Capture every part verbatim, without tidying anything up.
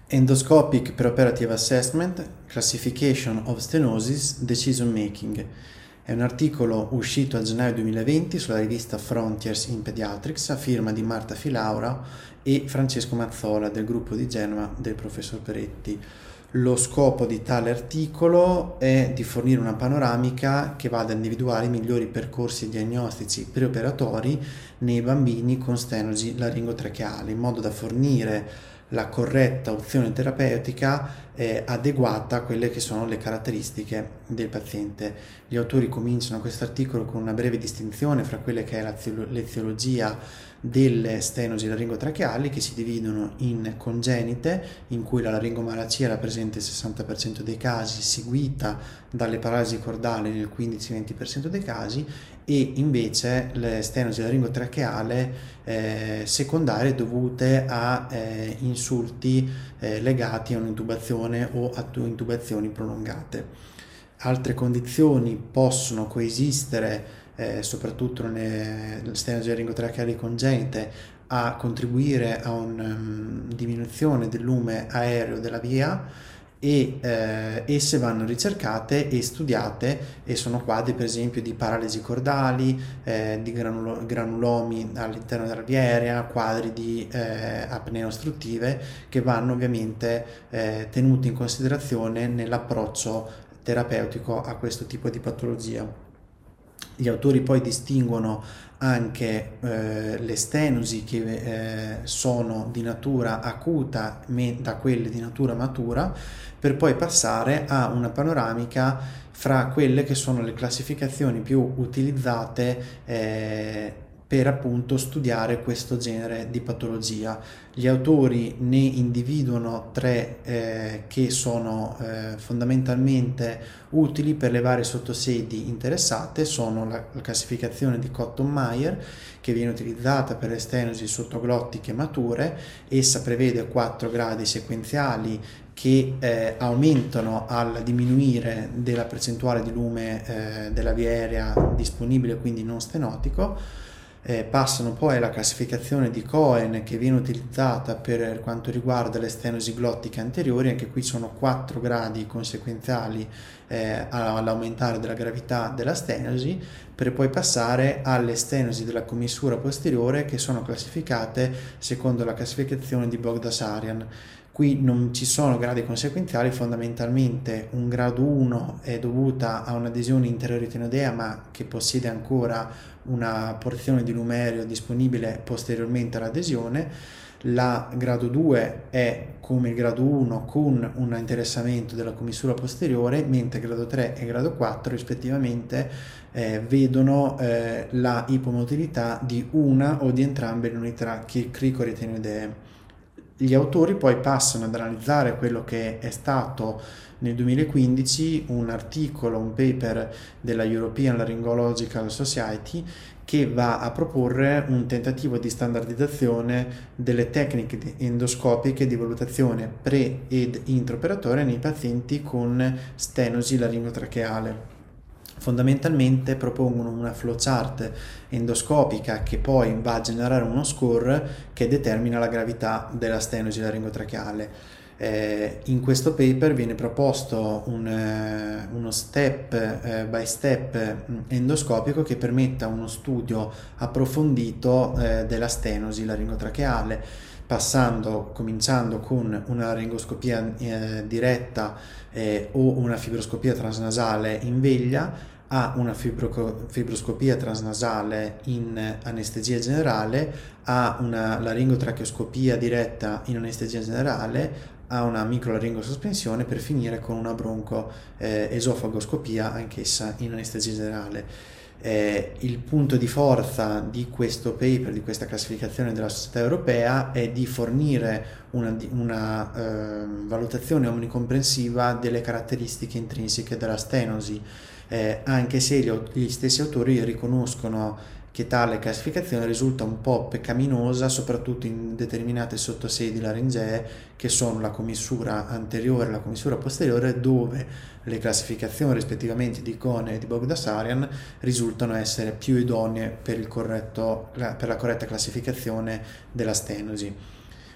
Endoscopic Preoperative Assessment, Classification of Stenosis, Decision Making. È un articolo uscito a gennaio duemilaventi sulla rivista Frontiers in Pediatrics a firma di Marta Filaura e Francesco Mazzola del gruppo di Genova del professor Peretti. Lo scopo di tale articolo è di fornire una panoramica che vada a individuare i migliori percorsi diagnostici preoperatori nei bambini con stenosi laringotracheale, in modo da fornire la corretta opzione terapeutica eh, adeguata a quelle che sono le caratteristiche del paziente. Gli autori cominciano questo articolo con una breve distinzione fra quelle che è la l'eziologia delle stenosi laringotracheali, che si dividono in congenite, in cui la laringomalacia era presente nel sessanta per cento dei casi, seguita dalle paralisi cordali nel quindici venti per cento dei casi, e invece le stenosi laringotracheale eh, secondarie dovute a eh, insulti eh, legati a un'intubazione o a intubazioni prolungate. Altre condizioni possono coesistere, eh, soprattutto nelle stenosi laringotracheali congenite, a contribuire a una um, diminuzione del lume aereo della via, e eh, esse vanno ricercate e studiate, e sono quadri per esempio di paralisi cordali, eh, di granulo- granulomi all'interno della via aerea, quadri di eh, apnee ostruttive, che vanno ovviamente eh, tenuti in considerazione nell'approccio terapeutico a questo tipo di patologia. Gli autori poi distinguono anche eh, le stenosi che eh, sono di natura acuta da quelle di natura matura, per poi passare a una panoramica fra quelle che sono le classificazioni più utilizzate eh, per appunto studiare questo genere di patologia. Gli autori ne individuano tre eh, che sono eh, fondamentalmente utili per le varie sottosedi interessate. Sono la, la classificazione di Cotton-Meyer, che viene utilizzata per le stenosi sottoglottiche mature. Essa prevede quattro gradi sequenziali che eh, aumentano al diminuire della percentuale di lume eh, della via aerea disponibile, quindi non stenotico. Eh, passano poi alla classificazione di Cohen, che viene utilizzata per quanto riguarda le stenosi glottiche anteriori. Anche qui sono quattro gradi conseguenziali eh, all'aumentare della gravità della stenosi, per poi passare alle stenosi della commissura posteriore, che sono classificate secondo la classificazione di Bogdasarian. Qui non ci sono gradi conseguenziali, fondamentalmente un grado uno è dovuta a un'adesione interioritenoidea, ma che possiede ancora una porzione di lume aereo disponibile posteriormente all'adesione. La grado due è come il grado uno con un interessamento della commissura posteriore, mentre grado tre e grado quattro rispettivamente eh, vedono eh, la ipomotilità di una o di entrambe le unità cricoretinoidee. Gli autori poi passano ad analizzare quello che è stato nel duemilaquindici un articolo, un paper della European Laryngological Society, che va a proporre un tentativo di standardizzazione delle tecniche endoscopiche di valutazione pre- ed intraoperatoria nei pazienti con stenosi laringotracheale. Fondamentalmente propongono una flowchart endoscopica che poi va a generare uno score che determina la gravità della stenosi laringotracheale. Eh, in questo paper viene proposto un, eh, uno step eh, by step endoscopico che permetta uno studio approfondito eh, della stenosi laringotracheale, passando, cominciando con una laringoscopia eh, diretta eh, o una fibroscopia transnasale in veglia, a una fibro- fibroscopia transnasale in anestesia generale, a una laringotracheoscopia diretta in anestesia generale, a una microlaringosospensione, per finire con una bronco eh, esofagoscopia anch'essa in anestesia generale. Eh, il punto di forza di questo paper, di questa classificazione della Società Europea, è di fornire una, una eh, valutazione omnicomprensiva delle caratteristiche intrinseche della stenosi, eh, anche se gli, gli stessi autori riconoscono che tale classificazione risulta un po' peccaminosa, soprattutto in determinate sottosedi laringee, che sono la commissura anteriore e la commissura posteriore, dove le classificazioni rispettivamente di Cohen e di Bogdasarian risultano essere più idonee per, il corretto, per la corretta classificazione della stenosi.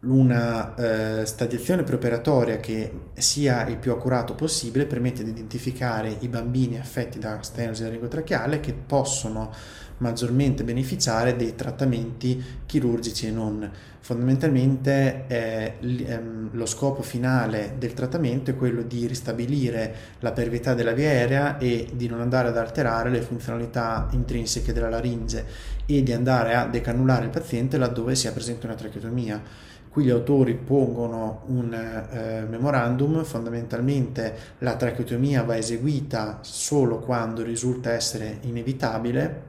una eh, stadiazione preoperatoria che sia il più accurato possibile permette di identificare i bambini affetti da stenosi laringotracheale che possono maggiormente beneficiare dei trattamenti chirurgici e non. Fondamentalmente eh, ehm, lo scopo finale del trattamento è quello di ristabilire la pervietà della via aerea e di non andare ad alterare le funzionalità intrinseche della laringe e di andare a decannulare il paziente laddove sia presente una tracheotomia. Qui gli autori pongono un eh, memorandum: fondamentalmente la tracheotomia va eseguita solo quando risulta essere inevitabile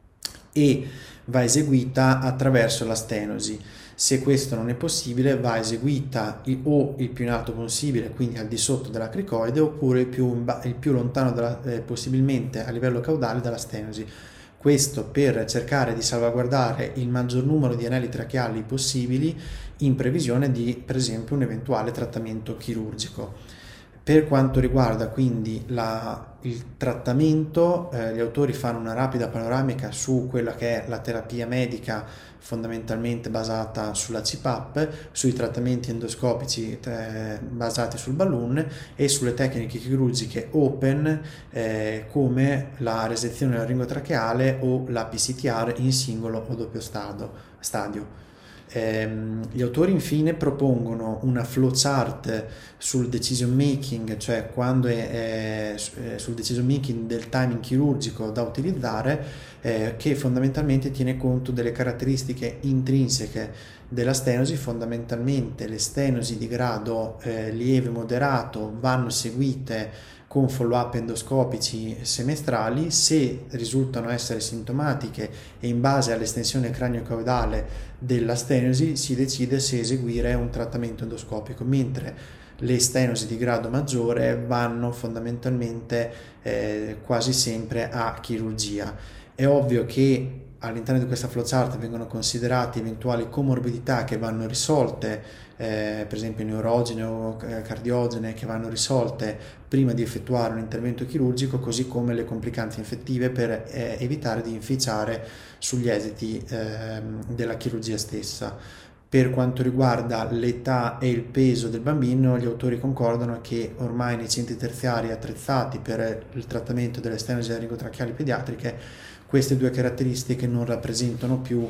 e va eseguita attraverso la stenosi. Se questo non è possibile, va eseguita il, o il più in alto possibile, quindi al di sotto della cricoide, oppure il più, il più lontano della, eh, possibilmente a livello caudale dalla stenosi. Questo per cercare di salvaguardare il maggior numero di anelli tracheali possibili in previsione di, per esempio, un eventuale trattamento chirurgico. Per quanto riguarda quindi la, il trattamento, eh, gli autori fanno una rapida panoramica su quella che è la terapia medica fondamentalmente basata sulla C PAP, sui trattamenti endoscopici eh, basati sul balloon e sulle tecniche chirurgiche open eh, come la resezione laringotracheale o la P C T R in singolo o doppio stadio. stadio. Eh, gli autori infine propongono una flowchart sul decision making, cioè quando è, è sul decision making del timing chirurgico da utilizzare, eh, che fondamentalmente tiene conto delle caratteristiche intrinseche della stenosi. Fondamentalmente le stenosi di grado eh, lieve moderato vanno seguite con follow-up endoscopici semestrali. Se risultano essere sintomatiche e in base all'estensione cranio-caudale della stenosi si decide se eseguire un trattamento endoscopico, mentre le stenosi di grado maggiore vanno fondamentalmente eh, quasi sempre a chirurgia. È ovvio che all'interno di questa flowchart vengono considerate eventuali comorbidità che vanno risolte, eh, per esempio neurogene o cardiogene, che vanno risolte prima di effettuare un intervento chirurgico, così come le complicanze infettive per eh, evitare di inficiare sugli esiti eh, della chirurgia stessa. Per quanto riguarda l'età e il peso del bambino, gli autori concordano che ormai nei centri terziari attrezzati per il trattamento delle stenosi laringotracheali pediatriche queste due caratteristiche non rappresentano più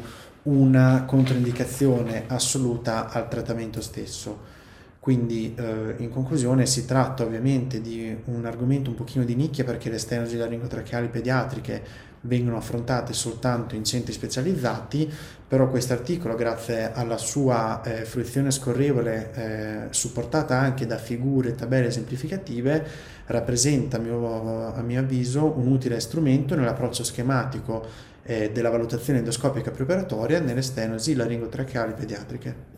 una controindicazione assoluta al trattamento stesso. Quindi eh, in conclusione si tratta ovviamente di un argomento un pochino di nicchia, perché le stenosi laringotracheali pediatriche vengono affrontate soltanto in centri specializzati, però questo articolo, grazie alla sua eh, fruizione scorrevole eh, supportata anche da figure e tabelle esemplificative, rappresenta a mio, a mio avviso un utile strumento nell'approccio schematico eh, della valutazione endoscopica preoperatoria nelle stenosi laringotracheali pediatriche.